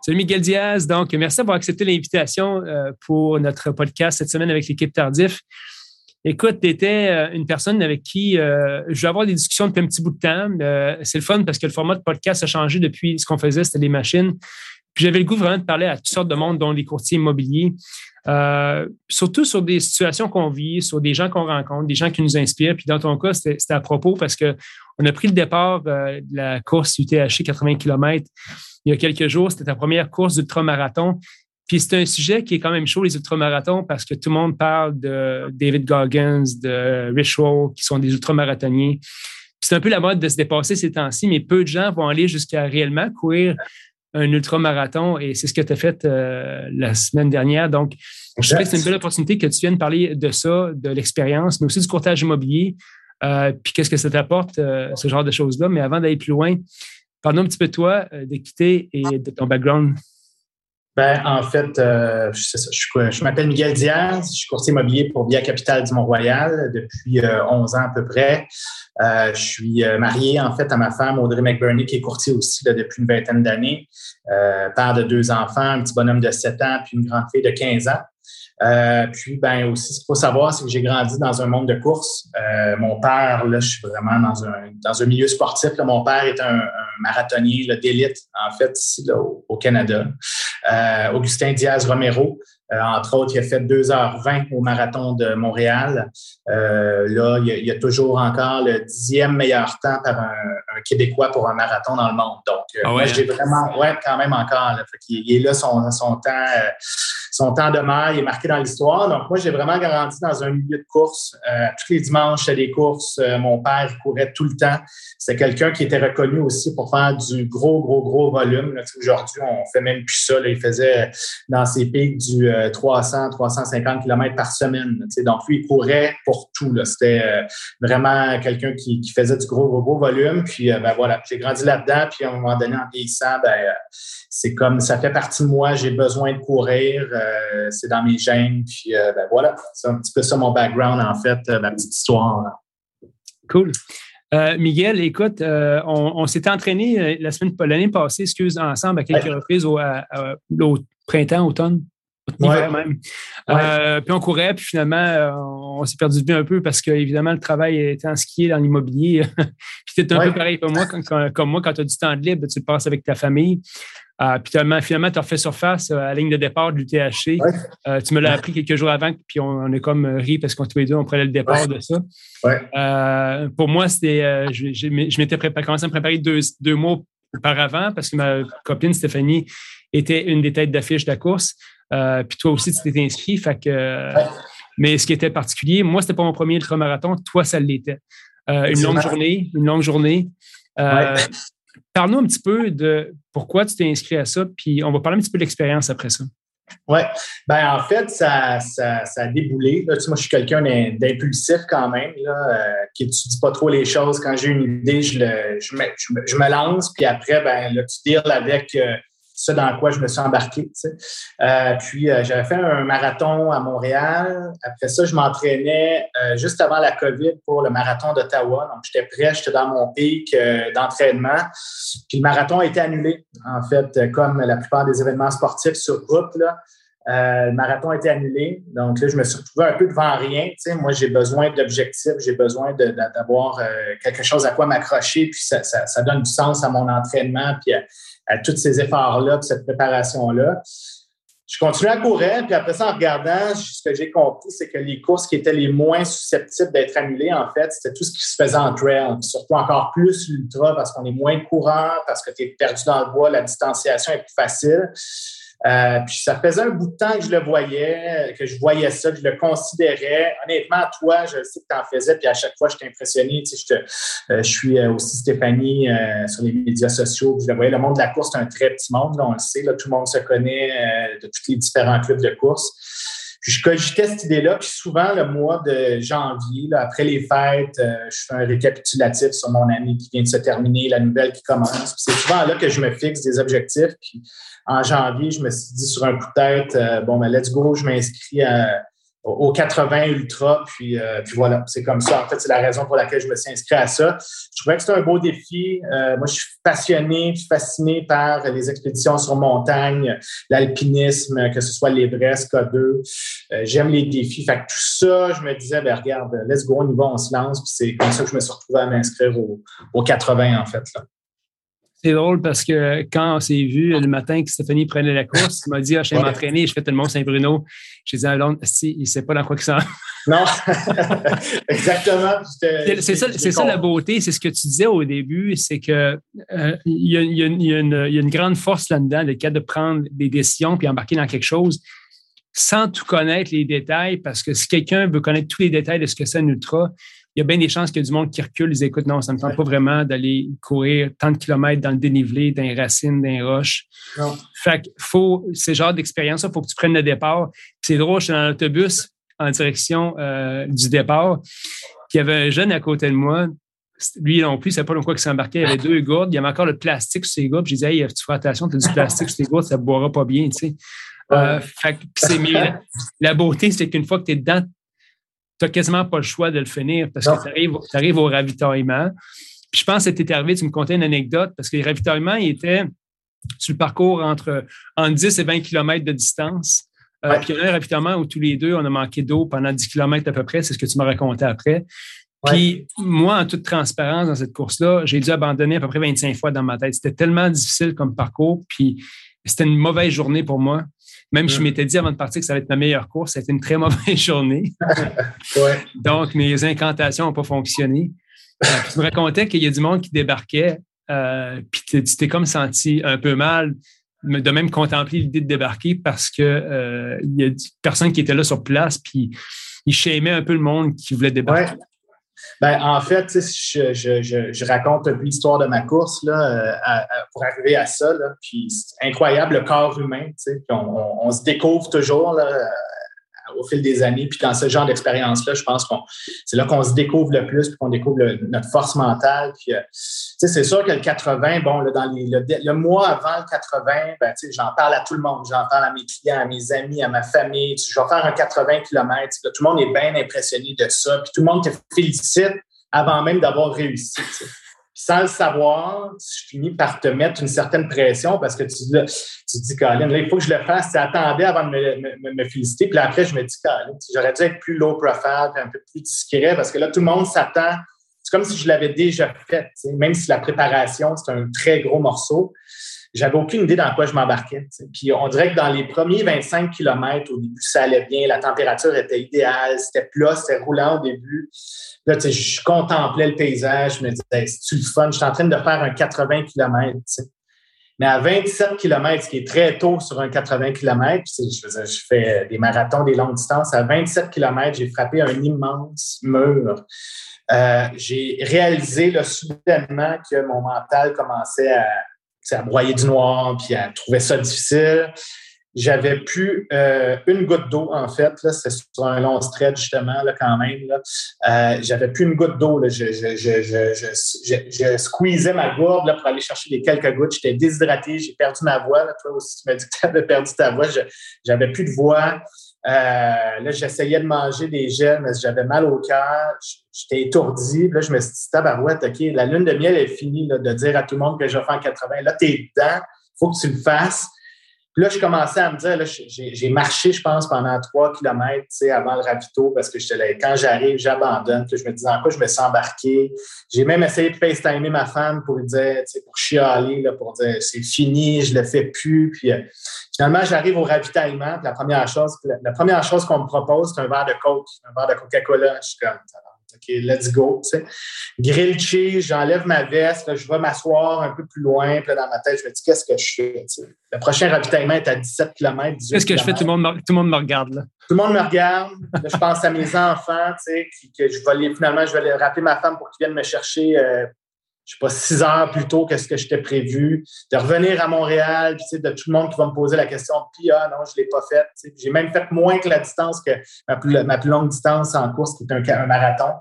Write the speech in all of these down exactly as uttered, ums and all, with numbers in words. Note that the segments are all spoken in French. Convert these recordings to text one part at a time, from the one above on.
Salut Miguel Diaz. Donc, merci d'avoir accepté l'invitation euh, pour notre podcast cette semaine avec l'équipe Tardif. Écoute, tu étais une personne avec qui euh, je vais avoir des discussions depuis un petit bout de temps. Euh, c'est le fun parce que le format de podcast a changé depuis ce qu'on faisait, c'était les machines. Puis j'avais le goût vraiment de parler à toutes sortes de monde, dont les courtiers immobiliers, euh, surtout sur des situations qu'on vit, sur des gens qu'on rencontre, des gens qui nous inspirent. Puis dans ton cas, c'était, c'était à propos parce qu'on a pris le départ euh, de la course U T H C quatre-vingts kilomètres il y a quelques jours. C'était ta première course d'ultramarathon. Puis c'est un sujet qui est quand même chaud, les ultramarathons, parce que tout le monde parle de David Goggins, de Rich Roll, qui sont des ultramarathoniens. Puis c'est un peu la mode de se dépasser ces temps-ci, mais peu de gens vont aller jusqu'à réellement courir un ultramarathon, et c'est ce que tu as fait euh, la semaine dernière. Donc, je trouve que c'est une belle opportunité que tu viennes parler de ça, de l'expérience, mais aussi du courtage immobilier, euh, puis qu'est-ce que ça t'apporte, euh, ce genre de choses-là. Mais avant d'aller plus loin, parle-nous un petit peu de toi, euh, d'équité et de ton background. Ben, en fait, euh, je, je, je m'appelle Miguel Diaz, je suis courtier immobilier pour Via Capitale du Mont-Royal depuis euh, onze ans à peu près. Euh, je suis marié, en fait, à ma femme Audrey McBurney, qui est courtier aussi là, depuis une vingtaine d'années. Euh, père de deux enfants, un petit bonhomme de sept ans puis une grande fille de quinze ans. Euh, puis, ben aussi, ce qu'il faut savoir, c'est que j'ai grandi dans un monde de course. Euh, mon père, là, je suis vraiment dans un dans un milieu sportif. Là. Mon père est un, un marathonnier là, d'élite, en fait, ici là, au, au Canada. Euh, Augustin Diaz Romero, euh, entre autres, il a fait deux heures vingt au marathon de Montréal. Euh, là, il y, a, il y a toujours encore le dixième meilleur temps par un, un Québécois pour un marathon dans le monde. Donc, euh, ah ouais, moi, j'ai vraiment, ouais, quand même encore. Là, fait qu'il, il est là son, son temps. Euh, Son temps de mer, il est marqué dans l'histoire. Donc, moi, j'ai vraiment grandi dans un milieu de course. Euh, tous les dimanches, c'était des courses. Euh, mon père, il courait tout le temps. C'était quelqu'un qui était reconnu aussi pour faire du gros, gros, gros volume. Là, aujourd'hui, on fait même plus ça. Là. Il faisait dans ses pics du euh, trois cents, trois cent cinquante kilomètres par semaine. Là, donc, lui, il courait pour tout. Là. C'était euh, vraiment quelqu'un qui, qui faisait du gros, gros, gros volume. Puis, euh, ben voilà, j'ai grandi là-dedans. Puis, à un moment donné, en vieillissant, ben, euh, c'est comme ça fait partie de moi. J'ai besoin de courir. Euh, c'est dans mes gènes. Puis, euh, ben voilà, c'est un petit peu ça mon background, en fait, euh, ma petite histoire. Là. Cool. Euh, Miguel, écoute, euh, on, on s'était entraîné la semaine, l'année passée, excuse, ensemble à quelques ouais. reprises au, à, à, au printemps, automne, hiver ouais. même. Ouais. Euh, puis on courait, puis finalement, on, on s'est perdu de vue un peu parce qu'évidemment, le travail était en skié dans l'immobilier. Puis c'était un ouais. peu pareil pour moi, comme, comme moi, quand tu as du temps de libre, tu le passes avec ta famille. Euh, puis finalement, tu as refait surface euh, à la ligne de départ du U T H C. Ouais. Euh, tu me l'as appris quelques jours avant, puis on, on a comme ri parce qu'on tous les deux, on prenait le départ ouais. de ça. Ouais. Euh, pour moi, c'était, euh, je, je, je m'étais préparé, commencé à me préparer deux, deux mois auparavant parce que ma copine Stéphanie était une des têtes d'affiche de la course. Euh, puis toi aussi, tu t'étais inscrit. Fait que, ouais. Mais ce qui était particulier, moi, c'était pas mon premier ultramarathon. Toi, ça l'était. Euh, une longue journée, une longue journée. Euh, ouais. Parle-nous un petit peu de pourquoi tu t'es inscrit à ça, puis on va parler un petit peu de l'expérience après ça. Oui. Bien, en fait, ça, ça, ça a déboulé. Là, tu sais, moi, je suis quelqu'un d'impulsif quand même, là, euh, qui n'étudie pas trop les choses. Quand j'ai une idée, je, le, je, me, je, me, je me lance, puis après, ben, là, tu deals avec euh, ça dans quoi je me suis embarqué. Tu sais. euh, puis, euh, j'avais fait un marathon à Montréal. Après ça, je m'entraînais euh, juste avant la COVID pour le marathon d'Ottawa. Donc, j'étais prêt, j'étais dans mon pic euh, d'entraînement. Puis, le marathon a été annulé. En fait, comme la plupart des événements sportifs sur route, là, euh, le marathon a été annulé. Donc, là, je me suis retrouvé un peu devant rien. Tu sais, moi, j'ai besoin d'objectifs, j'ai besoin de, de, d'avoir euh, quelque chose à quoi m'accrocher. Puis, ça, ça, ça donne du sens à mon entraînement, puis à, à tous ces efforts-là, puis cette préparation-là. Je continue à courir, puis après ça, en regardant, ce que j'ai compris, c'est que les courses qui étaient les moins susceptibles d'être annulées, en fait, c'était tout ce qui se faisait en trail, puis surtout encore plus l'ultra, parce qu'on est moins de courant, parce que tu es perdu dans le bois, la distanciation est plus facile. Euh, puis ça faisait un bout de temps que je le voyais, que je voyais ça, que je le considérais. Honnêtement, toi, je sais que tu en faisais, puis à chaque fois, je t'ai impressionné. Tu sais, je, te, euh, je suis aussi Stéphanie euh, sur les médias sociaux. Je le voyais, le monde de la course, c'est un très petit monde, là, on le sait. Là, tout le monde se connaît euh, de tous les différents clubs de course. Puis je cogitais cette idée-là, puis souvent, le mois de janvier, là, après les fêtes, euh, je fais un récapitulatif sur mon année qui vient de se terminer, la nouvelle qui commence. Puis c'est souvent là que je me fixe des objectifs, puis en janvier, je me suis dit sur un coup de tête, euh, bon, ben, let's go, je m'inscris à, au quatre-vingts ultra, puis, euh, puis voilà, c'est comme ça. En fait, c'est la raison pour laquelle je me suis inscrit à ça. Je trouvais que c'était un beau défi. Euh, moi, je suis passionné, je suis fasciné par les expéditions sur montagne, l'alpinisme, que ce soit l'Everest, K deux. Euh, j'aime les défis. Fait que tout ça, je me disais, ben regarde, let's go, on y va, on se lance. Puis c'est comme ça que je me suis retrouvé à m'inscrire au, au quatre-vingts, en fait, là. C'est drôle parce que quand on s'est vu le matin que Stéphanie prenait la course, il m'a dit, ah, je vais m'entraîner, je fais tout le monde Saint-Bruno. J'ai dit à Londres, si, il ne sait pas dans quoi que ça. Non, exactement. C'est, c'est, ça, c'est ça la beauté, c'est ce que tu disais au début, c'est que euh, il y a, y a, y a, une, y a une grande force là-dedans, le cas de prendre des décisions puis embarquer dans quelque chose sans tout connaître les détails, parce que si quelqu'un veut connaître tous les détails de ce que c'est un ultra, il y a bien des chances qu'il y a du monde qui recule, ils écoutent, non, ça ne me tente pas vraiment d'aller courir tant de kilomètres dans le dénivelé, dans les racines, dans les roches. Non. Fait que faut, c'est genre d'expérience, il faut que tu prennes le départ. Puis c'est drôle, j'étais dans l'autobus en direction euh, du départ, puis il y avait un jeune à côté de moi. Lui non plus, il ne savait pas dans quoi il s'embarquait. Il y avait deux gourdes, il y avait encore le plastique sur ses gourdes. Puis je disais, hey, tu feras attention, tu as du plastique sur tes gourdes, ça ne boira pas bien, tu sais. Euh, fait que c'est mieux. La, la beauté, c'est qu'une fois que tu es dedans, tu n'as quasiment pas le choix de le finir parce non. que tu arrives au ravitaillement. Puis je pense que c'était arrivé, tu me contais une anecdote, parce que les ravitaillements, ils étaient sur le parcours entre, entre dix et vingt kilomètres de distance. Euh, ouais. Puis il y a un ravitaillement où tous les deux, on a manqué d'eau pendant dix kilomètres à peu près. C'est ce que tu m'as raconté après. Ouais. Puis moi, en toute transparence dans cette course-là, j'ai dû abandonner à peu près vingt-cinq fois dans ma tête. C'était tellement difficile comme parcours. Puis c'était une mauvaise journée pour moi. Même si mmh. je m'étais dit avant de partir que ça allait être ma meilleure course, ça a été une très mauvaise journée. ouais. Donc, mes incantations n'ont pas fonctionné. Euh, tu me racontais qu'il y a du monde qui débarquait, euh, puis tu t'es comme senti un peu mal de même contempler l'idée de débarquer parce que euh, il y a personne qui était là sur place, puis ils shamaient un peu le monde qui voulait débarquer. Ouais. Ben, en fait, je, je, je, je raconte un peu l'histoire de ma course là, à, à, pour arriver à ça. Là, puis c'est incroyable, le corps humain. Puis on, on, on se découvre toujours là, au fil des années. Puis dans ce genre d'expérience-là, je pense que c'est là qu'on se découvre le plus, puis qu'on découvre le, notre force mentale. Puis, euh, c'est sûr que le quatre-vingts, bon, là, dans les, le, le mois avant le quatre-vingts, ben, j'en parle à tout le monde. J'en parle à mes clients, à mes amis, à ma famille. Je vais faire un quatre-vingts kilomètres. Là, tout le monde est bien impressionné de ça. Puis tout le monde te félicite avant même d'avoir réussi. T'sais. Sans le savoir, je finis par te mettre une certaine pression parce que tu, là, tu te dis, Colin, là, il faut que je le fasse. Tu attendais avant de me, me, me féliciter. Puis après, je me dis, Colin, j'aurais dû être plus low profile, un peu plus discret parce que là, tout le monde s'attend. C'est comme si je l'avais déjà fait. T'sais. Même si la préparation, c'est un très gros morceau, j'avais aucune idée dans quoi je m'embarquais. T'sais. Puis on dirait que dans les premiers vingt-cinq kilomètres, au début, ça allait bien. La température était idéale. C'était plat, c'était roulant au début. Là, tu sais, je contemplais le paysage, je me disais, hey, c'est-tu le fun? Je suis en train de faire un quatre-vingts kilomètres, tu sais. Mais à vingt-sept kilomètres, ce qui est très tôt sur un quatre-vingts kilomètres, tu sais, je, faisais, je fais des marathons, des longues distances. À vingt-sept kilomètres, j'ai frappé un immense mur. Euh, j'ai réalisé là, soudainement que mon mental commençait à, à broyer du noir puis à trouver ça difficile. J'avais plus euh, une goutte d'eau, en fait. Là, c'était sur un long stretch, justement, là, quand même. Là. Euh, j'avais plus une goutte d'eau. Là. Je, je, je, je, je, je, je squeezais ma gourde là, pour aller chercher les quelques gouttes. J'étais déshydraté. J'ai perdu ma voix. Là. Toi aussi, tu m'as dit que tu avais perdu ta voix. Je, j'avais plus de voix. Euh, là, j'essayais de manger des gels, mais j'avais mal au cœur. J'étais étourdi. Là, je me suis dit, tabarouette, OK, la lune de miel est finie là, de dire à tout le monde que je vais faire quatre-vingts. Là, t'es dedans. Il faut que tu le fasses. Puis là, je commençais à me dire, là, j'ai, j'ai marché, je pense, pendant trois kilomètres, tu sais, avant le ravito, parce que j'étais là, quand j'arrive, j'abandonne. Puis je me disais, en quoi je me suis embarqué. J'ai même essayé de FaceTimer ma femme pour lui dire, tu sais, pour chialer, là, pour dire, c'est fini, je le fais plus. Puis euh, finalement, j'arrive au ravitaillement. Puis la première chose, la, la première chose qu'on me propose, c'est un verre de Coke, un verre de Coca-Cola. Je suis comme, OK, let's go, tu sais. Grill cheese, j'enlève ma veste, là, je vais m'asseoir un peu plus loin, puis là, dans ma tête, je me dis, qu'est-ce que je fais, tu sais. Le prochain ravitaillement est à dix-sept kilomètres, dix-huit Qu'est-ce que kilomètres. Je fais? Tout le monde me, tout le monde me regarde, là. Tout le monde me regarde. Là, je pense à mes enfants, tu sais, qui, que je vais les, finalement, je vais les rappeler ma femme pour qu'ils viennent me chercher, euh, je sais pas, six heures plus tôt que ce que j'étais prévu, de revenir à Montréal, puis tu sais, de tout le monde qui va me poser la question, puis ah non, je l'ai pas faite. Tu sais. J'ai même fait moins que la distance, que ma plus, ma plus longue distance en course, qui est un, un marathon.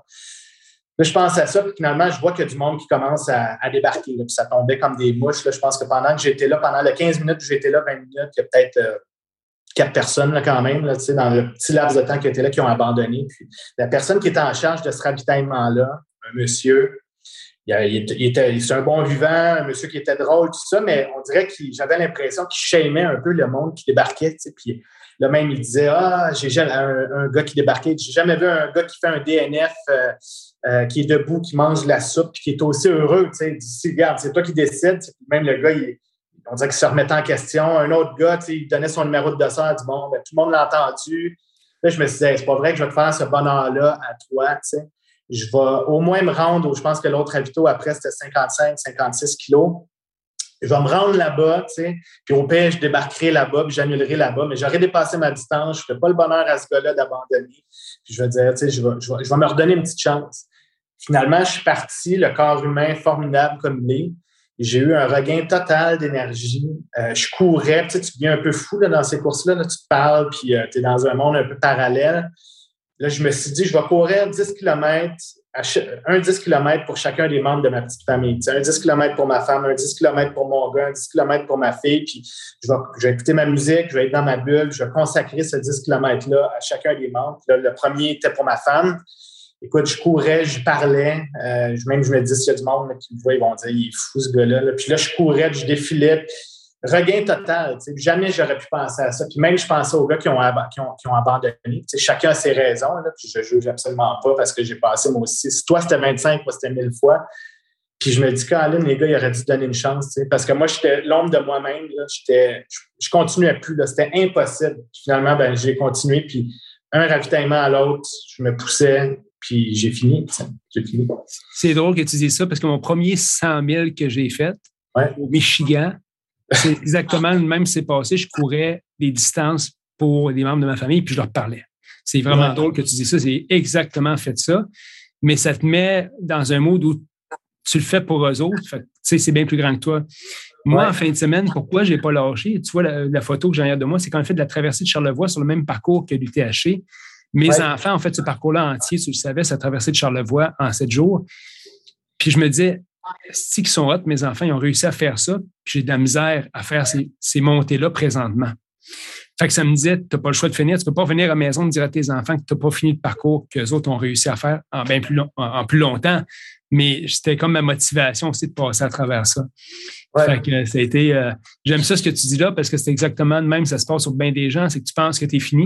Là, je pense à ça, puis finalement, je vois qu'il y a du monde qui commence à, à débarquer. Là, puis ça tombait comme des mouches. Là. Je pense que pendant que j'étais là, pendant les quinze minutes que j'étais là, vingt minutes, il y a peut-être euh, quatre personnes là, quand même, là, dans le petit laps de temps qui étaient là, qui ont abandonné. Puis la personne qui était en charge de ce ravitaillement-là, un monsieur, il, il, il était, c'est un bon vivant, un monsieur qui était drôle, tout ça, mais on dirait que j'avais l'impression qu'il shamait un peu le monde qui débarquait. Puis là même, il disait, ah, j'ai jamais un, un gars qui débarquait, j'ai jamais vu un gars qui fait un D N F, euh, euh, qui est debout, qui mange de la soupe, puis qui est aussi heureux. Il dit, regarde, c'est toi qui décides. Même le gars, il on dirait qu'il se remettait en question. Un autre gars, il donnait son numéro de dossier, il dit bon, ben, tout le monde l'a entendu. Là, je me suis dit, hey, c'est pas vrai que je vais te faire ce bonheur-là à toi. T'sais. Je vais au moins me rendre, où je pense que l'autre ravito après, c'était cinquante-cinq, cinquante-six kilos. Je vais me rendre là-bas, t'sais, puis au pire, je débarquerai là-bas, puis j'annulerai là-bas, mais j'aurais dépassé ma distance. Je ne ferai pas le bonheur à ce gars-là d'abandonner. Puis je vais dire, je vais, je, vais, je vais me redonner une petite chance. Finalement, je suis parti, le corps humain formidable comme il est. J'ai eu un regain total d'énergie. Euh, je courais. Tu sais, tu deviens un peu fou là, dans ces courses-là. Là, tu te parles, puis euh, tu es dans un monde un peu parallèle. Là, je me suis dit, je vais courir dix kilomètres, un dix kilomètres pour chacun des membres de ma petite famille. Tu sais, un dix kilomètres pour ma femme, un dix kilomètres pour mon gars, un dix kilomètres pour ma fille. Puis je vais, je vais écouter ma musique, je vais être dans ma bulle, je vais consacrer ce dix kilomètres-là à chacun des membres. Là, le premier était pour ma femme. Écoute, je courais, je parlais. Euh, même, je me dis, s'il y a du monde là, qui me voit, ils vont dire, il est fou, ce gars-là. Là. Puis là, je courais, je défilais. Regain total. Tu sais, jamais j'aurais pu penser à ça. Puis même, je pensais aux gars qui ont, ab- qui ont, qui ont abandonné. Tu sais, chacun a ses raisons. Là, puis je ne juge absolument pas parce que j'ai passé moi aussi. Si toi, c'était vingt-cinq, moi, c'était mille fois. Puis je me dis, Colin, les gars, ils auraient dû donner une chance. Tu sais, parce que moi, j'étais l'ombre de moi-même. Là, j'étais, je, je continuais plus. Là, c'était impossible. Puis finalement, ben, j'ai continué. Puis un ravitaillement à l'autre, je me poussais. Puis j'ai fini. J'ai fini. C'est drôle que tu dises ça parce que mon premier cent mille que j'ai fait ouais. au Michigan, c'est exactement le même qui s'est passé. Je courais des distances pour des membres de ma famille puis je leur parlais. C'est vraiment ouais. drôle que tu dises ça. C'est exactement fait ça. Mais ça te met dans un mode où tu le fais pour eux autres. Fait, tu sais, c'est bien plus grand que toi. Moi, ouais. en fin de semaine, pourquoi je n'ai pas lâché? Tu vois, la, la photo que j'ai en arrière de moi, c'est quand j'ai fait de la traversée de Charlevoix sur le même parcours que l'U T H C. Mes ouais. enfants ont fait ce parcours-là entier, tu le savais, ça a traversé de Charlevoix en sept jours. Puis je me disais, si ils sont hot, mes enfants, ils ont réussi à faire ça, puis j'ai de la misère à faire ces, ces montées-là présentement. Fait que ça me disait, tu n'as pas le choix de finir, tu ne peux pas venir à la maison et dire à tes enfants que tu n'as pas fini le parcours qu'eux autres ont réussi à faire en bien plus, long, en, en plus longtemps. Mais c'était comme ma motivation aussi de passer à travers ça. Ouais. Fait que ça a été, euh, j'aime ça ce que tu dis là, parce que c'est exactement de même, ça se passe sur bien des gens, c'est que tu penses que tu es fini.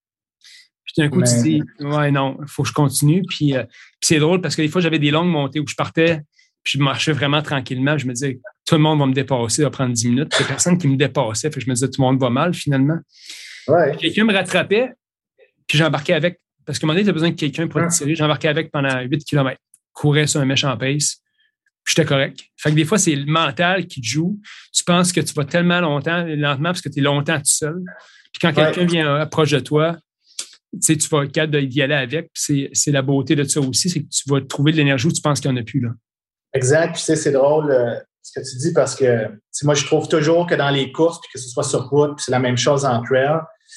Puis d'un coup, mais... tu dis, ouais, non, il faut que je continue. Puis, euh, puis c'est drôle parce que des fois, j'avais des longues montées où je partais, puis je marchais vraiment tranquillement. Je me disais, tout le monde va me dépasser, ça va prendre dix minutes. Il n'y a personne qui me dépassait. Fait que je me disais, tout le monde va mal finalement. Ouais. Quelqu'un me rattrapait, puis j'embarquais avec. Parce qu'à un moment donné, tu as besoin de quelqu'un pour te tirer. J'embarquais avec pendant huit kilomètres. Courais sur un méchant pace. Puis j'étais correct. Fait que des fois, c'est le mental qui te joue. Tu penses que tu vas tellement longtemps, lentement, parce que tu es longtemps tout seul. Puis quand ouais. quelqu'un vient approche de toi, tu sais, tu vas être capable d'y aller avec. Puis c'est, c'est la beauté de ça aussi, c'est que tu vas trouver de l'énergie où tu penses qu'il n'y en a plus. Là. Exact. Puis tu sais, c'est drôle euh, ce que tu dis parce que moi, je trouve toujours que dans les courses, puis que ce soit sur route, puis c'est la même chose en trail,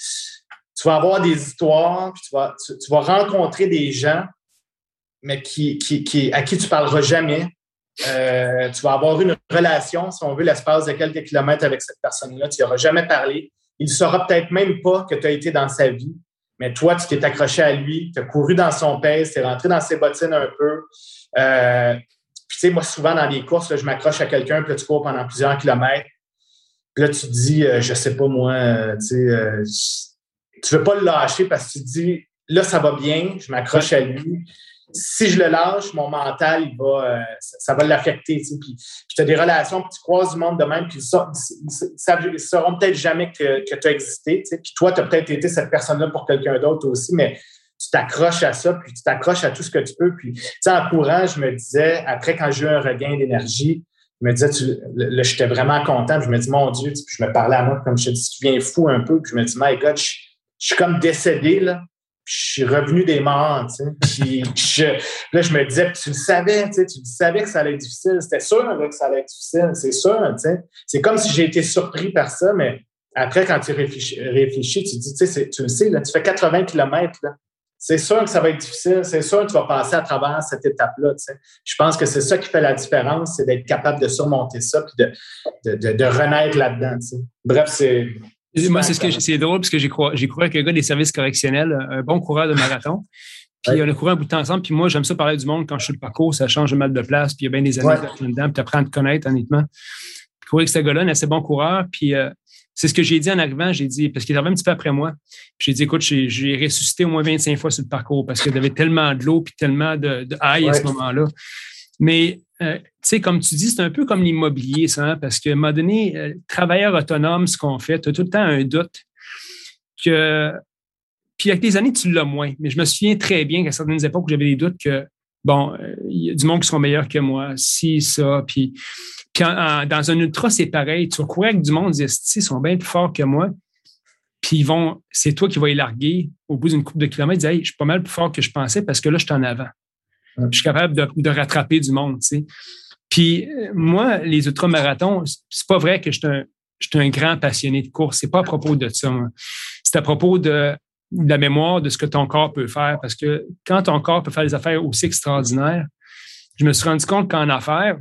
tu vas avoir des histoires, puis tu vas, tu, tu vas rencontrer des gens, mais qui, qui, qui, à qui tu ne parleras jamais. Euh, tu vas avoir une relation, si on veut, l'espace de quelques kilomètres avec cette personne-là. Tu n'y auras jamais parlé. Il ne saura peut-être même pas que tu as été dans sa vie. Mais toi, tu t'es accroché à lui, tu as couru dans son pace, tu es rentré dans ses bottines un peu. Euh, puis, tu sais, moi, souvent, dans les courses, là, je m'accroche à quelqu'un, puis là, tu cours pendant plusieurs kilomètres. Puis là, tu te dis, euh, je sais pas, moi, euh, tu sais, euh, tu veux pas le lâcher parce que tu te dis, là, ça va bien, je m'accroche à lui. Si je le lâche, mon mental, il va, euh, ça, ça va l'affecter. Tu sais. Puis, puis tu as des relations, puis tu croises du monde de même, puis ils ne sauront peut-être jamais que, que tu as existé. Tu sais. Puis toi, tu as peut-être été cette personne-là pour quelqu'un d'autre aussi, mais tu t'accroches à ça, puis tu t'accroches à tout ce que tu peux. Puis, tu sais, en courant, je me disais, après, quand j'ai eu un regain d'énergie, je me disais, tu, là, j'étais vraiment content. Puis je me dis, mon Dieu, puis je me parlais à moi, comme je te dis, tu viens fou un peu. Puis je me dis, my God, je, je suis comme décédé, là. Puis je suis revenu des morts, tu sais. Puis je, là, je me disais, puis tu le savais, tu sais, tu le savais que ça allait être difficile. C'était sûr là, que ça allait être difficile, c'est sûr, tu sais. C'est comme si j'ai été surpris par ça, mais après, quand tu réfléchis, réfléchis tu te dis, tu sais, tu le sais, là, tu fais quatre-vingts kilomètres, là. C'est sûr que ça va être difficile. C'est sûr que tu vas passer à travers cette étape-là. Tu sais. Je pense que c'est ça qui fait la différence, c'est d'être capable de surmonter ça puis de, de, de, de renaître là-dedans. Tu sais. Bref, c'est, Moi, c'est ce que c'est drôle parce que j'ai couru, j'ai couru avec un gars des services correctionnels, un bon coureur de marathon. Puis ouais. On a couru un bout de temps ensemble. Puis moi, j'aime ça parler du monde quand je suis sur le parcours. Ça change mal de place. Puis il y a bien des années ouais. dedans. Puis tu apprends à te connaître, honnêtement. Puis courir avec ce gars-là, un assez bon coureur. Puis euh, c'est ce que j'ai dit en arrivant. J'ai dit, parce qu'il est arrivé un petit peu après moi. Puis j'ai dit, écoute, j'ai, j'ai ressuscité au moins vingt-cinq fois sur le parcours parce qu'il y avait tellement de l'eau puis tellement de, de haille ouais. à ce moment-là. Mais, euh, tu sais, comme tu dis, c'est un peu comme l'immobilier, ça, hein, parce qu'à un moment donné, euh, travailleur autonome, ce qu'on fait, tu as tout le temps un doute que... Puis avec les années, tu l'as moins. Mais je me souviens très bien qu'à certaines époques où j'avais des doutes que, bon, il y a du monde qui seront meilleurs que moi, si, ça. Puis, puis en, en, dans un ultra, c'est pareil. Tu vas courir avec du monde, ils sont bien plus forts que moi. Puis ils vont, c'est toi qui vas les larguer au bout d'une couple de kilomètres. Ils disent, hey, je suis pas mal plus fort que je pensais parce que là, je suis en avant. Ouais. Je suis capable de, de rattraper du monde, tu sais. Puis moi, les ultramarathons, c'est pas vrai que je suis un, je suis un grand passionné de course. C'est pas à propos de ça, moi. C'est à propos de de la mémoire de ce que ton corps peut faire. Parce que quand ton corps peut faire des affaires aussi extraordinaires, je me suis rendu compte qu'en affaires,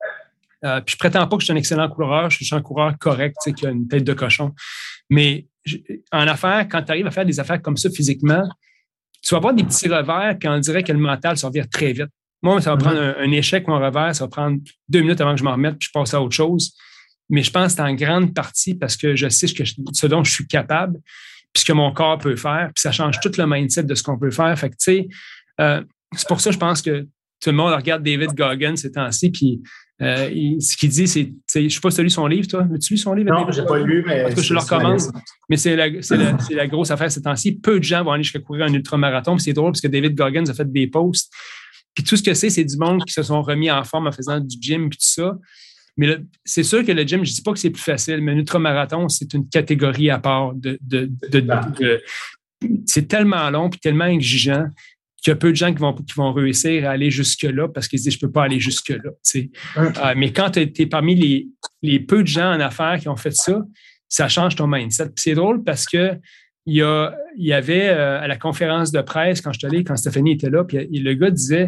euh, puis je prétends pas que je suis un excellent coureur, je suis un coureur correct, tu sais, qui a une tête de cochon. Mais je, en affaires, quand tu arrives à faire des affaires comme ça physiquement, tu vas avoir des petits revers, puis on dirait que le mental se revient très vite. Moi, ça va prendre un, un échec, mon revers, ça va prendre deux minutes avant que je m'en remette, puis je passe à autre chose. Mais je pense que c'est en grande partie parce que je sais ce, que je, ce dont je suis capable, puis ce que mon corps peut faire, puis ça change tout le mindset de ce qu'on peut faire. Fait que, tu sais, euh, c'est pour ça, je pense que tout le monde regarde David Goggins ces temps-ci, puis euh, il, ce qu'il dit, c'est, je ne sais pas si tu as lu son livre, toi? As-tu lu son livre? Non, je n'ai pas lu, mais... Parce que je le recommande. Mais c'est la, c'est, la, c'est la grosse affaire ces temps-ci. Peu de gens vont aller jusqu'à courir un ultramarathon, puis c'est drôle parce que David Goggins a fait des posts. Puis tout ce que c'est, c'est du monde qui se sont remis en forme en faisant du gym, puis tout ça. Mais le, c'est sûr que le gym, je ne dis pas que c'est plus facile, mais un ultramarathon, c'est une catégorie à part. De, de, de, de, de, c'est tellement long et tellement exigeant qu'il y a peu de gens qui vont, qui vont réussir à aller jusque-là parce qu'ils se disent « je ne peux pas aller jusque-là ». Ouais. Euh, mais quand tu es parmi les, les peu de gens en affaires qui ont fait ça, ça change ton mindset. Puis c'est drôle parce que il y, a, il y avait euh, à la conférence de presse, quand je suis allé, quand Stéphanie était là, puis le gars disait...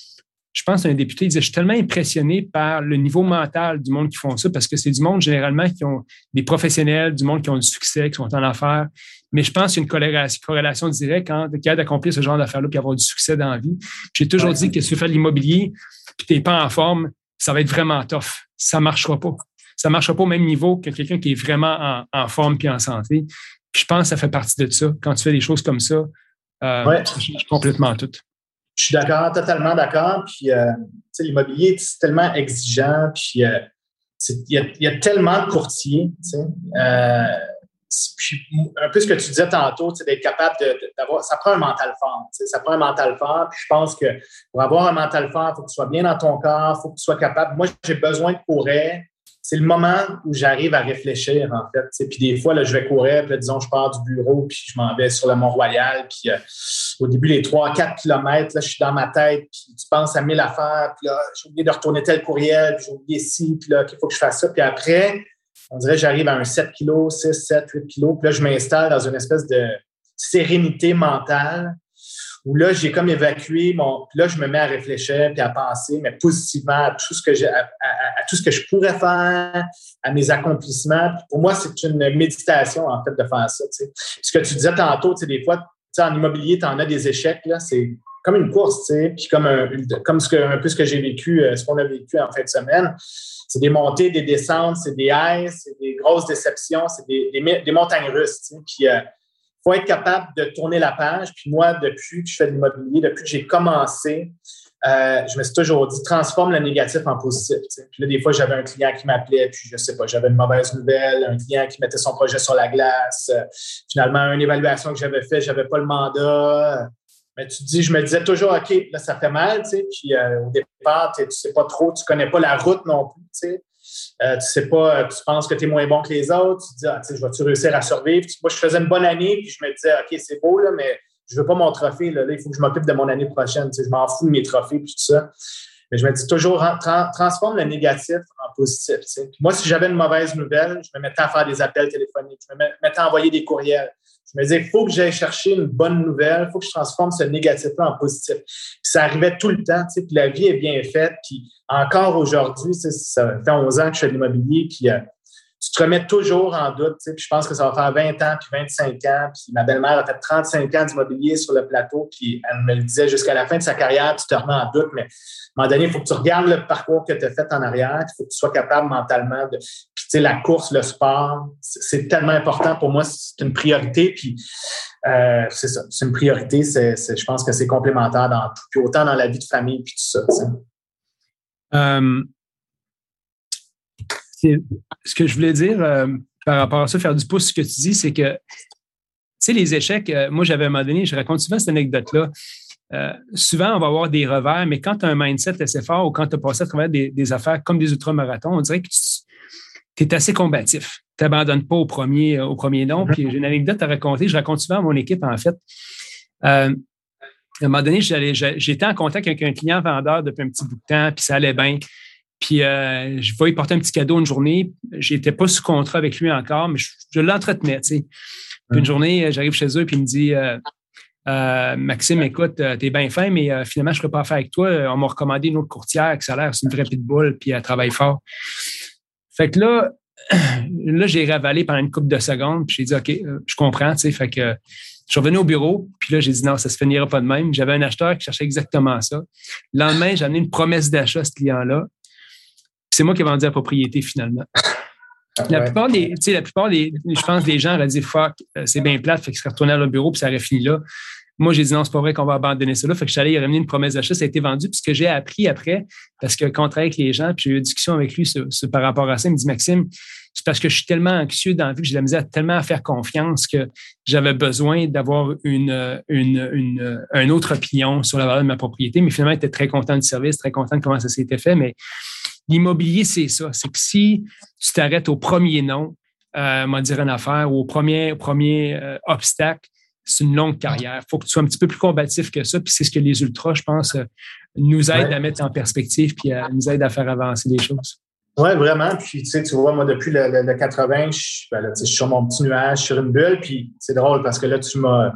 Je pense qu'un député disait, je suis tellement impressionné par le niveau mental du monde qui font ça parce que c'est du monde généralement qui ont des professionnels, du monde qui ont du succès, qui sont en affaires. Mais je pense qu'il y a une corrélation, corrélation directe quand tu es capable d'accomplir ce genre d'affaires-là et avoir du succès dans la vie. J'ai toujours ouais. dit que si tu fais de l'immobilier et tu n'es pas en forme, ça va être vraiment tough. Ça ne marchera pas. Ça ne marchera pas au même niveau que quelqu'un qui est vraiment en, en forme et en santé. Puis je pense que ça fait partie de ça. Quand tu fais des choses comme ça, euh, ouais. ça change complètement tout. Je suis d'accord, totalement d'accord. Puis, euh, tu sais, l'immobilier, c'est tellement exigeant. Puis, euh, il y a, y a tellement de courtiers, tu sais. Euh, puis, un peu ce que tu disais tantôt, tu sais, d'être capable de, de, d'avoir... Ça prend un mental fort, tu sais. Ça prend un mental fort. Puis, je pense que pour avoir un mental fort, il faut que tu sois bien dans ton corps. Il faut que tu sois capable... Moi, j'ai besoin de courir. C'est le moment où j'arrive à réfléchir, en fait. T'sais. Puis des fois, là, je vais courir, puis là, disons, je pars du bureau, puis je m'en vais sur le Mont-Royal, puis euh, au début, les trois à quatre kilomètres, là, je suis dans ma tête, puis tu penses à mille affaires, puis là, j'ai oublié de retourner tel courriel, puis j'ai oublié ci, puis là, il faut que je fasse ça. Puis après, on dirait que j'arrive à un sept kilos, six, sept, huit kilos, puis là, je m'installe dans une espèce de sérénité mentale où là, j'ai comme évacué mon... Puis là, je me mets à réfléchir puis à penser, mais positivement à tout ce que j'ai, à, à, à tout ce que je pourrais faire, à mes accomplissements. Puis pour moi, c'est une méditation, en fait, de faire ça. Tu sais. Ce que tu disais tantôt, tu sais, des fois, tu sais, en immobilier, tu en as des échecs, là, c'est comme une course, tu sais, puis comme un, comme ce que, un peu ce que j'ai vécu, ce qu'on a vécu en fin de semaine. C'est des montées, des descentes, c'est des highs, c'est des grosses déceptions, c'est des, des, des montagnes russes, tu sais. Puis, euh, il faut être capable de tourner la page. Puis moi, depuis que je fais de l'immobilier, depuis que j'ai commencé, euh, je me suis toujours dit, transforme le négatif en positif. T'sais. Puis là, des fois, j'avais un client qui m'appelait, puis je sais pas, j'avais une mauvaise nouvelle, un client qui mettait son projet sur la glace. Euh, finalement, une évaluation que j'avais faite, j'avais pas le mandat. Mais tu te dis, je me disais toujours, OK, là, ça fait mal, tu sais. Puis euh, au départ, tu sais pas trop, tu connais pas la route non plus, tu sais. Euh, tu sais pas, tu penses que tu es moins bon que les autres, tu te dis, ah, tu sais, je vais-tu réussir à survivre? Moi, je faisais une bonne année, puis je me disais, OK, c'est beau, là, mais je veux pas mon trophée, là, là il faut que je m'occupe de mon année prochaine, tu sais, je m'en fous de mes trophées, puis tout ça. Mais je me dis toujours, tra- transforme le négatif en positif, tu sais. Puis moi, si j'avais une mauvaise nouvelle, je me mettais à faire des appels téléphoniques, je me mettais à envoyer des courriels. Je me disais, il faut que j'aille chercher une bonne nouvelle, il faut que je transforme ce négatif-là en positif. Puis ça arrivait tout le temps, tu sais, puis la vie est bien faite, puis encore aujourd'hui, tu sais, ça fait onze ans que je fais de l'immobilier, puis euh, tu te remets toujours en doute. Puis je pense que ça va faire vingt ans, puis vingt-cinq ans. Puis ma belle-mère a fait trente-cinq ans d'immobilier sur le plateau, puis elle me le disait jusqu'à la fin de sa carrière, tu te remets en doute, mais à un moment donné, il faut que tu regardes le parcours que tu as fait en arrière, il faut que tu sois capable mentalement de... Puis tu sais, la course, le sport, c'est tellement important pour moi, c'est une priorité, puis euh, c'est ça, c'est une priorité, c'est, c'est, je pense que c'est complémentaire dans tout, puis autant dans la vie de famille, puis tout ça, tu sais. Um... Ce que je voulais dire euh, par rapport à ça, faire du pouce, ce que tu dis, c'est que, tu sais, les échecs, euh, moi, j'avais à un moment donné, je raconte souvent cette anecdote-là. Euh, souvent, on va avoir des revers, mais quand tu as un mindset assez fort ou quand tu as passé à travers des, des affaires comme des ultramarathons, on dirait que tu es assez combatif. Tu n'abandonnes pas au premier, au premier nom. Puis j'ai une anecdote à raconter. Je raconte souvent à mon équipe, en fait. Euh, à un moment donné, j'allais, j'étais en contact avec un client vendeur depuis un petit bout de temps, puis ça allait bien. Puis, euh, je vais lui porter un petit cadeau une journée. Je n'étais pas sous contrat avec lui encore, mais je, je l'entretenais, tu sais. Puis une journée, j'arrive chez eux, puis il me dit euh, euh, Maxime, écoute, t'es bien fin, mais euh, finalement, je ne ferai pas affaire avec toi. On m'a recommandé une autre courtière qui ça a l'air, c'est une vraie pitbull, puis elle travaille fort. Fait que là, là, j'ai ravalé pendant une couple de secondes, puis j'ai dit OK, euh, je comprends, tu sais. Fait que euh, je suis revenu au bureau, puis là, j'ai dit non, ça ne se finira pas de même. J'avais un acheteur qui cherchait exactement ça. Le lendemain, j'ai amené une promesse d'achat à ce client-là. C'est moi qui ai vendu la propriété, finalement. Ah, la, ouais. plupart des, tu sais, la plupart des, je pense, des gens auraient dit « fuck, c'est bien plate », fait qu'ils seraient retournés à leur bureau puis ça aurait fini là. Moi, j'ai dit « non, c'est pas vrai qu'on va abandonner ça là », fait que je suis allé y ramener une promesse d'achat, ça a été vendu. Puis ce que j'ai appris après, parce que quand on travaille avec les gens, puis j'ai eu une discussion avec lui sur, sur, par rapport à ça, il me dit « Maxime, c'est parce que je suis tellement anxieux dans la vie que j'ai de la misère tellement à faire confiance que j'avais besoin d'avoir une, une, une, une autre opinion sur la valeur de ma propriété. » Mais finalement, il était très content du service, très content de comment ça s'était fait, mais l'immobilier, c'est ça. C'est que si tu t'arrêtes au premier nom, euh, on va dire une affaire, ou au premier, au premier euh, obstacle, c'est une longue carrière. Il faut que tu sois un petit peu plus combatif que ça. Puis c'est ce que les ultras, je pense, euh, nous aident ouais. à mettre en perspective puis à, nous aident à faire avancer les choses. Oui, vraiment. Puis, tu sais, tu vois, moi, depuis le, le, le quatre-vingts, je, ben là, je suis sur mon petit nuage, sur une bulle. Puis c'est drôle parce que là, tu m'as...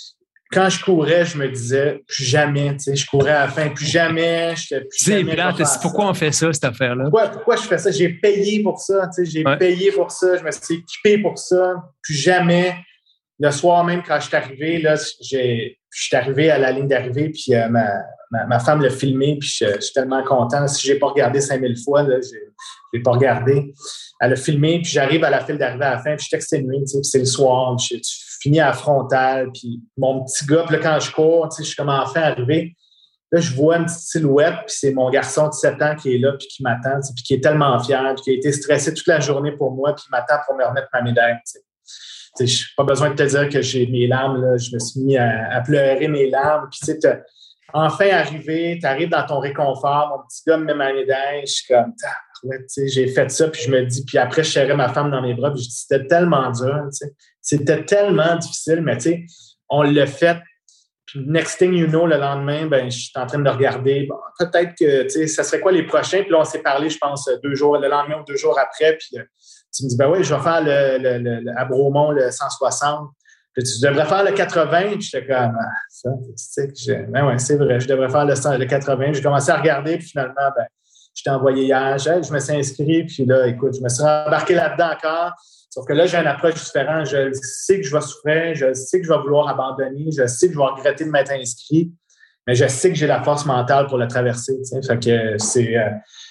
Quand je courais, je me disais plus jamais, tu sais, je courais à la fin, plus jamais, je plus c'est jamais. C'est pourquoi ça. On fait ça, cette affaire-là? Pourquoi, pourquoi je fais ça? J'ai payé pour ça, tu sais, j'ai ouais. payé pour ça, je me suis équipé pour ça, plus jamais. Le soir même, quand je suis arrivé, là, j'ai, je suis arrivé à la ligne d'arrivée, puis euh, ma, ma, ma femme l'a filmé, puis je, je suis tellement content. Si je n'ai pas regardé cinq mille fois, là, je n'ai pas regardé. Elle a filmé, puis j'arrive à la file d'arrivée à la fin, puis je suis exténué, tu sais, puis c'est le soir, je, je finis à la frontale, puis mon petit gars, puis là, quand je cours, tu sais, je suis comme enfin arrivé. Là, je vois une petite silhouette, puis c'est mon garçon de sept ans qui est là, puis qui m'attend, puis qui est tellement fier, puis qui a été stressé toute la journée pour moi, puis qui m'attend pour me remettre ma médaille, tu sais. Je n'ai pas besoin de te dire que j'ai mes larmes, là, je me suis mis à, à pleurer mes larmes. Puis, tu sais, enfin arrivé, tu arrives dans ton réconfort, mon petit gars me met ma médaille, je suis comme, ouais, tu sais, j'ai fait ça, puis je me dis, puis après, je serrais ma femme dans mes bras, puis je dis, c'était tellement dur, tu sais, c'était tellement difficile, mais tu sais, on l'a fait. Puis, next thing you know, le lendemain, ben, je suis en train de regarder, bon, peut-être que, tu sais, ça serait quoi les prochains? Puis là, on s'est parlé, je pense, deux jours, le lendemain ou deux jours après, puis tu me dis, ben oui, je vais faire le, le, le, le à Bromont, le cent soixante. Puis tu devrais faire le quatre-vingts. Puis j'étais comme, ah, ça, tu sais, que ben oui, c'est vrai, je devrais faire le, le quatre-vingts. J'ai commencé à regarder, puis finalement, ben, je t'ai envoyé hier, je, je me suis inscrit, puis là, écoute, je me suis embarqué là-dedans encore. Sauf que là, j'ai une approche différente. Je sais que je vais souffrir, je sais que je vais vouloir abandonner, je sais que je vais regretter de m'être inscrit, mais je sais que j'ai la force mentale pour le traverser. Tu sais. Fait que c'est, euh,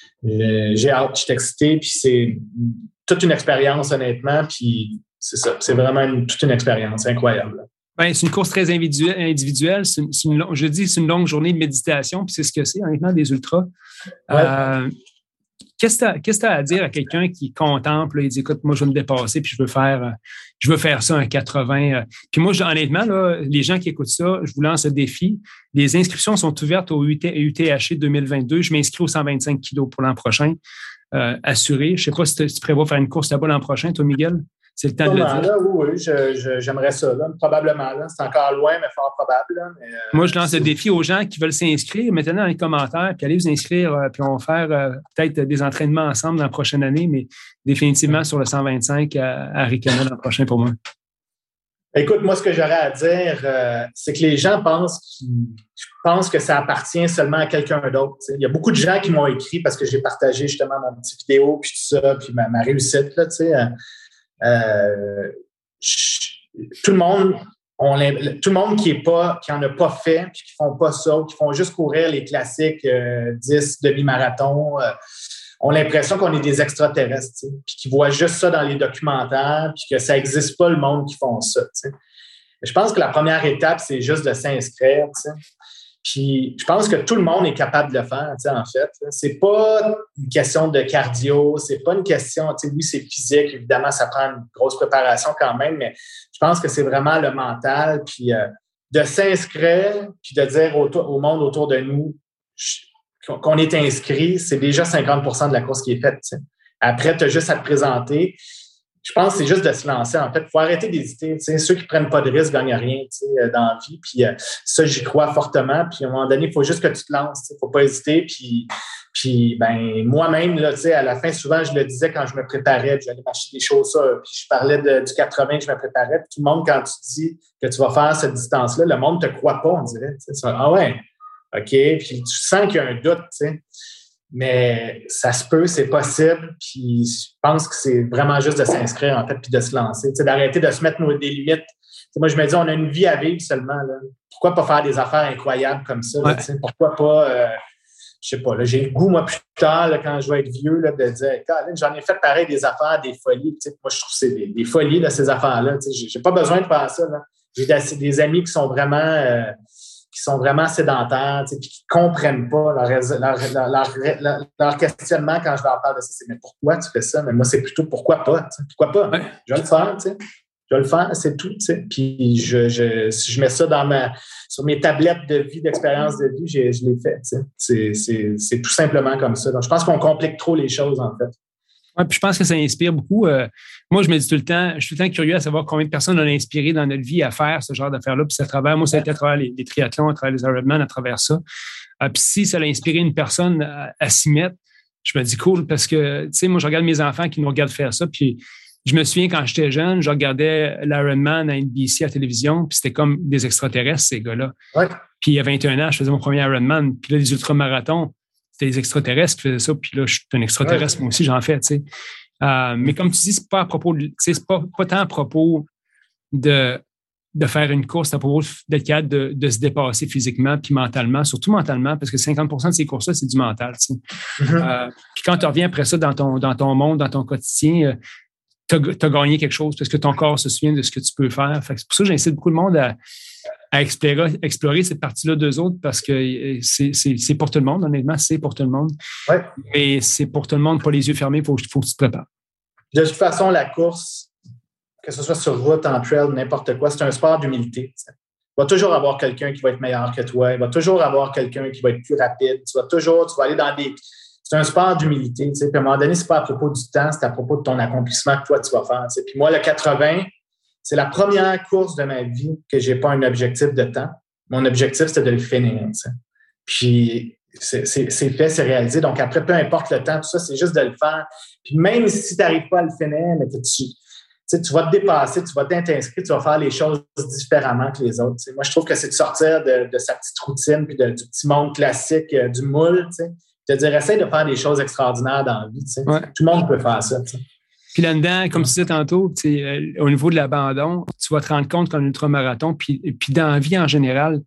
j'ai hâte, je suis excité, puis c'est toute une expérience, honnêtement, puis c'est ça. C'est vraiment une, toute une expérience. C'est incroyable. Ben, c'est une course très individuelle. C'est une, c'est une, je dis c'est une longue journée de méditation, puis c'est ce que c'est, honnêtement, des ultras. Ouais. Euh, qu'est-ce que tu as à dire à quelqu'un qui contemple et dit, écoute, moi, je veux me dépasser, puis je veux faire, je veux faire ça, un quatre-vingts. Puis moi, honnêtement, là, les gens qui écoutent ça, je vous lance un défi. Les inscriptions sont ouvertes au U T H C deux mille vingt-deux. Je m'inscris au cent vingt-cinq kilos pour l'an prochain. Euh, assuré. Je ne sais pas si tu prévois faire une course là-bas l'an prochain, toi, Miguel. C'est le temps de le dire. Là, oui, oui je, je, j'aimerais ça. Là. Probablement. Là. C'est encore loin, mais fort probable. Là. Mais, euh, Moi, je lance le défi aux gens qui veulent s'inscrire. Mettez-le dans les commentaires, puis allez vous inscrire, euh, puis on va faire euh, peut-être des entraînements ensemble dans la prochaine année, mais définitivement sur le cent vingt-cinq à, à Ricana l'an prochain pour moi. Écoute, moi, ce que j'aurais à dire, euh, c'est que les gens pensent, qu'ils, pensent que ça appartient seulement à quelqu'un d'autre. T'sais. Il y a beaucoup de gens qui m'ont écrit parce que j'ai partagé justement mon petit vidéo, puis tout ça, puis ma, ma réussite. Là, euh, euh, tout le monde, on, tout le monde qui est pas, qui en a pas fait, puis qui font pas ça, qui font juste courir les classiques euh, dix demi-marathons. Euh, ont l'impression qu'on est des extraterrestres, t'sais, puis qu'ils voient juste ça dans les documentaires, puis que ça n'existe pas le monde qui font ça. T'sais. Je pense que la première étape, c'est juste de s'inscrire. T'sais. Puis je pense que tout le monde est capable de le faire, t'sais, en fait. C'est pas une question de cardio, c'est pas une question, oui, c'est physique, évidemment, ça prend une grosse préparation quand même, mais je pense que c'est vraiment le mental, puis euh, de s'inscrire, puis de dire au, au monde autour de nous, je, qu'on est inscrit, c'est déjà cinquante pour cent de la course qui est faite. T'sais. Après, tu as juste à te présenter. Je pense que c'est juste de se lancer. En fait, il faut arrêter d'hésiter. T'sais. Ceux qui ne prennent pas de risques ne gagnent rien dans la vie. Puis euh, ça, j'y crois fortement. Puis à un moment donné, il faut juste que tu te lances. Il ne faut pas hésiter. Puis, puis ben, moi-même, là, à la fin, souvent, je le disais quand je me préparais, j'allais m'acheter des chaussures. Puis je parlais de, du quatre-vingts que je me préparais. Puis tout le monde, quand tu dis que tu vas faire cette distance-là, le monde ne te croit pas, on dirait. T'sais. Ah ouais. OK, puis tu sens qu'il y a un doute, tu sais. Mais ça se peut, c'est possible, puis je pense que c'est vraiment juste de s'inscrire, en fait, puis de se lancer, tu sais, d'arrêter de se mettre nos, des limites. T'sais, moi, je me dis, on a une vie à vivre seulement, là. Pourquoi pas faire des affaires incroyables comme ça? Ouais. Là, pourquoi pas, euh, je sais pas, là, j'ai le goût, moi, plus tard, là, quand je vais être vieux, là, de dire, j'en ai fait pareil des affaires, des folies. Tu sais, moi, je trouve que c'est des, des folies, là, ces affaires-là. Tu sais, j'ai pas besoin de faire ça, là. J'ai des, des amis qui sont vraiment... Euh, qui sont vraiment sédentaires, tu sais, puis qui ne comprennent pas leur, leur, leur, leur, leur questionnement quand je leur parle de ça. C'est « mais pourquoi tu fais ça? » Mais moi, c'est plutôt « pourquoi pas? » Tu sais, pourquoi pas? Ouais. Je vais le faire, tu sais. Je vais le faire, c'est tout, tu sais. Puis je, je, si je mets ça dans ma, sur mes tablettes de vie, d'expérience de vie, je, je l'ai fait, tu sais. C'est, c'est, c'est tout simplement comme ça. Donc, je pense qu'on complique trop les choses, en fait. Ouais, puis je pense que ça inspire beaucoup. Euh, moi, je me dis tout le temps, je suis tout le temps curieux à savoir combien de personnes on a inspiré dans notre vie à faire ce genre d'affaires-là. Puis c'est à travers, moi, ça a été à travers les, les triathlons, à travers les Ironman, à travers ça. Euh, puis si ça a inspiré une personne à, à s'y mettre, je me dis cool parce que, tu sais, moi, je regarde mes enfants qui nous regardent faire ça. Puis je me souviens quand j'étais jeune, je regardais l'Ironman à N B C à la télévision, puis c'était comme des extraterrestres, ces gars-là. Ouais. Puis il y a vingt et un ans, je faisais mon premier Ironman. Puis là, les ultramarathons, c'était les extraterrestres qui faisaient ça. Puis là, je suis un extraterrestre, ouais. Moi aussi, j'en fais, tu sais. Euh, mais comme tu dis, c'est pas à propos de, c'est pas, pas tant à propos de, de faire une course, c'est à propos d'être capable de, de se dépasser physiquement puis mentalement, surtout mentalement, parce que cinquante pour cent de ces courses-là, c'est du mental. Tu sais. Mm-hmm. Euh, puis quand tu reviens après ça dans ton, dans ton monde, dans ton quotidien, euh, tu as gagné quelque chose parce que ton corps se souvient de ce que tu peux faire. Fait que c'est pour ça que j'incite beaucoup de monde à, à explorer, explorer cette partie-là d'eux autres parce que c'est, c'est, c'est pour tout le monde, honnêtement, c'est pour tout le monde. Ouais. Mais c'est pour tout le monde, pas les yeux fermés, il faut, faut que tu te prépares. De toute façon, la course, que ce soit sur route, en trail, n'importe quoi, c'est un sport d'humilité. Il va toujours avoir quelqu'un qui va être meilleur que toi, il va toujours avoir quelqu'un qui va être plus rapide, tu vas toujours, tu vas aller dans des... C'est un sport d'humilité, tu sais. Puis à un moment donné, c'est pas à propos du temps, c'est à propos de ton accomplissement que toi, tu vas faire. Tu sais. Puis moi, le quatre-vingts, c'est la première course de ma vie que j'ai pas un objectif de temps. Mon objectif, c'était de le finir. Tu sais. Puis c'est, c'est, c'est fait, c'est réalisé. Donc après, peu importe le temps, tout ça, c'est juste de le faire. Puis même si tu n'arrives pas à le finir, mais tu, tu, sais, tu vas te dépasser, tu vas t'inscrire, tu vas faire les choses différemment que les autres. Tu sais. Moi, je trouve que c'est de sortir de, de sa petite routine puis de, du petit monde classique, euh, du moule, tu sais. Je te dirais, essaye de faire des choses extraordinaires dans la vie. Tu sais. Ouais. Tout le monde peut faire ça. Tu sais. Puis là-dedans, comme tu disais tantôt, tu sais, euh, au niveau de l'abandon, tu vas te rendre compte qu'en ultramarathon, puis, puis dans la vie en général,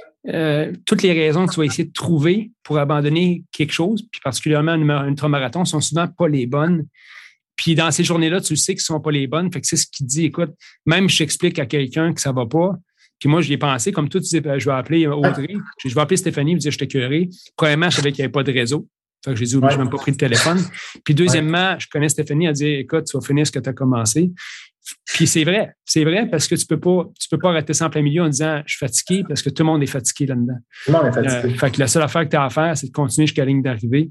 euh, toutes les raisons que tu vas essayer de trouver pour abandonner quelque chose, puis particulièrement un ultramarathon, sont souvent pas les bonnes. Puis dans ces journées-là, tu sais qu'ils sont pas les bonnes. Fait que c'est ce qui te dit, écoute, même si j'explique à quelqu'un que ça va pas, puis moi, j'y ai pensé, comme toi, tu disais, je vais appeler Audrey, je vais appeler Stéphanie, je disais, je t'ai curé. Premièrement, je savais qu'il n'y avait pas de réseau. Fait que j'ai dit, oui, ouais. Je n'ai même pas pris le téléphone. Puis deuxièmement, ouais. Je connais Stéphanie, elle a dit, écoute, tu vas finir ce que tu as commencé. Puis c'est vrai, c'est vrai parce que tu peux pas, tu peux pas arrêter ça en plein milieu en disant, je suis fatigué parce que tout le monde est fatigué là-dedans. Tout le monde est fatigué. Euh, fait que la seule affaire que tu as à faire, c'est de continuer jusqu'à la ligne d'arrivée.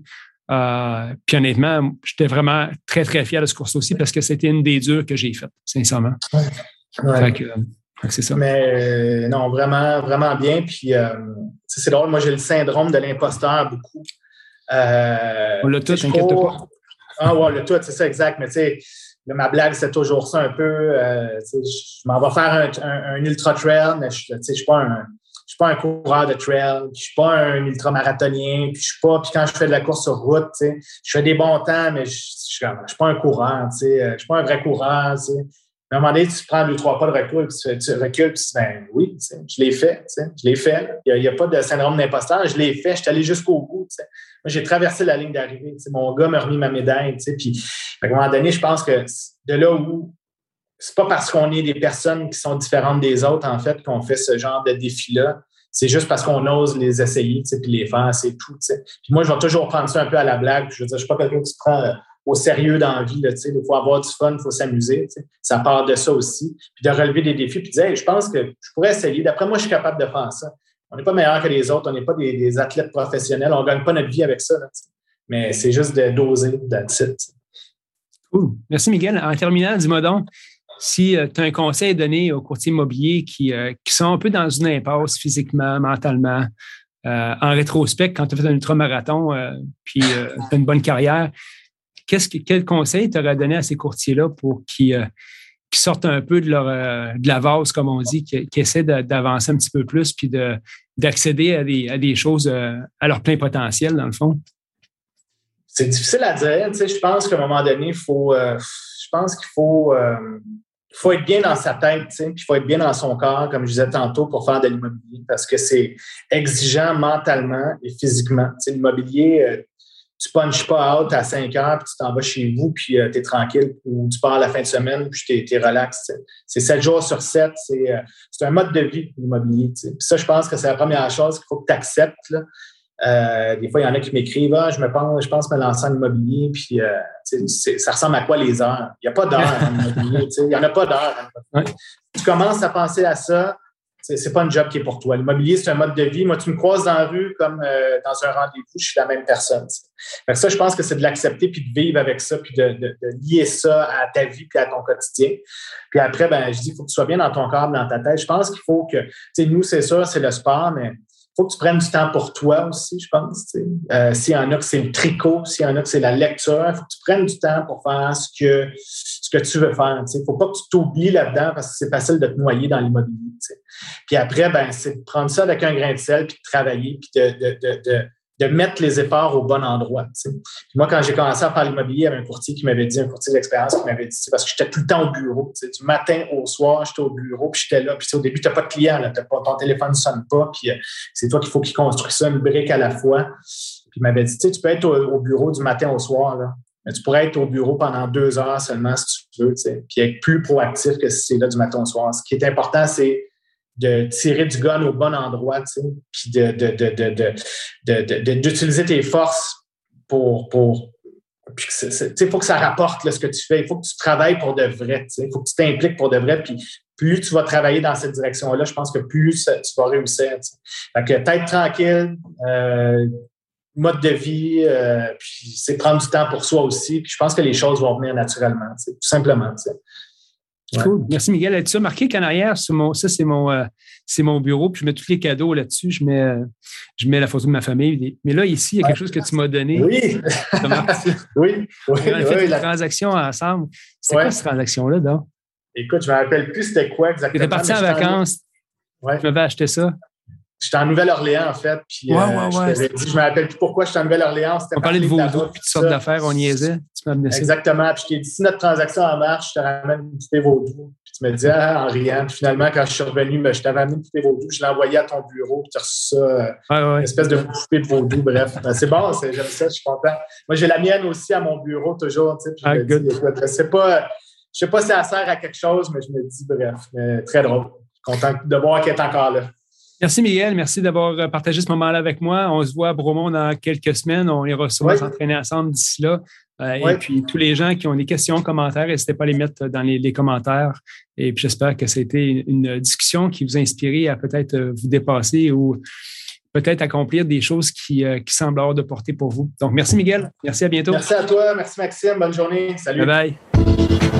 Euh, puis honnêtement, j'étais vraiment très, très fier de ce course aussi parce que c'était une des dures que j'ai faites, sincèrement. Ouais. Ouais. Fait que, c'est ça. Mais euh, non, vraiment, vraiment bien. Puis euh, c'est drôle, moi j'ai le syndrome de l'imposteur beaucoup. Euh, on l'a tout, t'inquiète pas. Ah ouais, le tout, c'est ça, exact. Mais tu sais, Là, ma blague, c'est toujours ça un peu. Euh, je m'en vais faire un, un, un ultra-trail, mais je ne suis pas un... Je suis pas un coureur de trail, puis je suis pas un ultramarathonien, puis je suis pas, puis quand je fais de la course sur route, tu sais, je fais des bons temps, mais je, je, je suis pas un coureur, tu sais, je suis pas un vrai coureur, tu sais. À un moment donné, tu prends deux, trois pas de recul, puis tu, tu recules, puis tu dis, ben oui, tu sais, je l'ai fait, tu sais, je l'ai fait. Il n'y a, a pas de syndrome d'imposteur, je l'ai fait, je suis allé jusqu'au bout, tu sais. Moi, j'ai traversé la ligne d'arrivée, tu sais, mon gars m'a remis ma médaille, tu sais, puis à un moment donné, je pense que de là où c'est pas parce qu'on est des personnes qui sont différentes des autres, en fait, qu'on fait ce genre de défi-là. C'est juste parce qu'on ose les essayer, tu sais, puis les faire, c'est tout, tu sais. Puis moi, je vais toujours prendre ça un peu à la blague. Puis je veux dire, je suis pas quelqu'un qui se prend euh, au sérieux dans la vie, là, tu sais. Il faut avoir du fun, il faut s'amuser, tu sais. Ça part de ça aussi. Puis de relever des défis, puis de dire, hey, je pense que je pourrais essayer. D'après moi, je suis capable de faire ça. On n'est pas meilleur que les autres, on n'est pas des, des athlètes professionnels, on gagne pas notre vie avec ça, là, tu sais. Mais c'est juste de doser, that's it. Cool. Merci, Miguel. En terminant, dis-moi donc, si euh, tu as un conseil à donner aux courtiers immobiliers qui, euh, qui sont un peu dans une impasse physiquement, mentalement, euh, en rétrospect, quand tu as fait un ultramarathon, euh, puis euh, tu as une bonne carrière, qu'est-ce que, quel conseil tu aurais donné à ces courtiers-là pour qu'ils, euh, qu'ils sortent un peu de, leur, euh, de la vase, comme on dit, qui, qui essaient de, d'avancer un petit peu plus puis de, d'accéder à des, à des choses euh, à leur plein potentiel, dans le fond? C'est difficile à dire. Tu sais, je pense qu'à un moment donné, il faut, euh, je pense qu'il faut... Euh, Il faut être bien dans sa tête, tu sais, puis il faut être bien dans son corps, comme je disais tantôt, pour faire de l'immobilier, parce que c'est exigeant mentalement et physiquement. Tu sais, l'immobilier, euh, tu punches pas out à cinq heures, puis tu t'en vas chez vous, puis euh, tu es tranquille, ou tu pars à la fin de semaine, puis tu es relax. Tu sais. C'est sept jours sur sept, c'est, euh, c'est un mode de vie, l'immobilier. Tu sais. Puis ça, je pense que c'est la première chose qu'il faut que tu acceptes, là. Euh, des fois, il y en a qui m'écrivent ah, je me pense, je pense me lancer en immobilier, puis euh, c'est, ça ressemble à quoi les heures? Il n'y a pas d'heures en immobilier, il n'y en a pas d'heures. Ouais. Tu commences à penser à ça, c'est, c'est pas un job qui est pour toi. L'immobilier, c'est un mode de vie. Moi, tu me croises dans la rue comme euh, dans un rendez-vous, je suis la même personne. Fait que ça, je pense que c'est de l'accepter puis de vivre avec ça, puis de, de, de lier ça à ta vie puis à ton quotidien. Puis après, ben, je dis, il faut que tu sois bien dans ton corps, dans ta tête. Je pense qu'il faut que, tu sais, nous, c'est sûr, c'est le sport, mais il faut que tu prennes du temps pour toi aussi, je pense. Euh, s'il y en a que c'est le tricot, s'il y en a que c'est la lecture, il faut que tu prennes du temps pour faire ce que, ce que tu veux faire. Il ne faut pas que tu t'oublies là-dedans parce que c'est facile de te noyer dans l'immobilier. T'sais. Puis après, ben, c'est de prendre ça avec un grain de sel, puis de travailler, puis de, de, de, de, de mettre les efforts au bon endroit. Puis moi, quand j'ai commencé à faire l'immobilier, il y avait un courtier qui m'avait dit, un courtier d'expérience qui m'avait dit, parce que j'étais tout le temps au bureau. T'sais. Du matin au soir, j'étais au bureau, puis j'étais là. Puis au début, tu n'as pas de client, là, t'as pas, ton téléphone ne sonne pas, puis euh, c'est toi qu'il faut qu'il construise ça, une brique à la fois. Puis il m'avait dit, tu peux être au, au bureau du matin au soir, là, mais tu pourrais être au bureau pendant deux heures seulement si tu veux, t'sais, puis être plus proactif que si c'est là du matin au soir. Ce qui est important, c'est de tirer du gun au bon endroit, tu sais, puis de, de, de, de, de, de, de, de, d'utiliser tes forces pour... pour puis il faut que ça rapporte là, ce que tu fais. Il faut que tu travailles pour de vrai. Il faut que tu t'impliques pour de vrai. Puis plus tu vas travailler dans cette direction-là, je pense que plus ça, tu vas réussir. T'sais. Fait que tête tranquille, euh, mode de vie, euh, puis c'est prendre du temps pour soi aussi. Puis je pense que les choses vont venir naturellement, tout simplement. T'sais. Ouais. Cool. Merci, Miguel. As-tu remarqué qu'en arrière, sur mon, ça, c'est mon, euh, c'est mon bureau, puis je mets tous les cadeaux là-dessus. Je mets, euh, je mets la photo de ma famille. Mais là, ici, il y a quelque chose que tu m'as donné. Oui. oui. oui. On a fait oui, une la... transaction ensemble. C'est ouais. quoi cette transaction-là, donc? Écoute, je ne me rappelle plus c'était quoi exactement. Tu étais parti en vacances. Ouais. Tu m'avais acheté ça. J'étais en Nouvelle-Orléans, en fait. Puis, ouais, euh, ouais, je ouais. t'avais dit, je ne me rappelle plus pourquoi j'étais en Nouvelle-Orléans. On parlait de vaudou, puis toutes sortes d'affaires, on niaisait. Tu m'as amené ça. Exactement. Puis je t'ai dit, si notre transaction en marche, je te ramène une poupée vaudou. Puis tu me dis, ah, en riant. Puis finalement, quand je suis revenu, ben, je t'avais amené une poupée vaudou. Je l'ai envoyée à ton bureau. Puis tu as reçu ça, euh, ouais, ouais. une espèce de poupée de vaudou. Bref, ben, c'est bon, c'est, j'aime ça, je suis content. Moi, j'ai la mienne aussi à mon bureau, toujours. Tu sais, puis je ah, me good. dis, écoute, c'est pas, je ne sais pas si ça sert à quelque chose, mais je me dis, bref, mais très drôle. Content de voir qu'elle est encore là. Merci, Miguel. Merci d'avoir partagé ce moment-là avec moi. On se voit à Bromont dans quelques semaines. On ira sûrement oui. s'entraîner ensemble d'ici là. Euh, oui. Et puis, tous les gens qui ont des questions, commentaires, n'hésitez pas à les mettre dans les, les commentaires. Et puis, j'espère que ça a été une discussion qui vous a inspiré à peut-être vous dépasser ou peut-être accomplir des choses qui, euh, qui semblent hors de portée pour vous. Donc, merci, Miguel. Merci, à bientôt. Merci à toi. Merci, Maxime. Bonne journée. Salut. Bye-bye.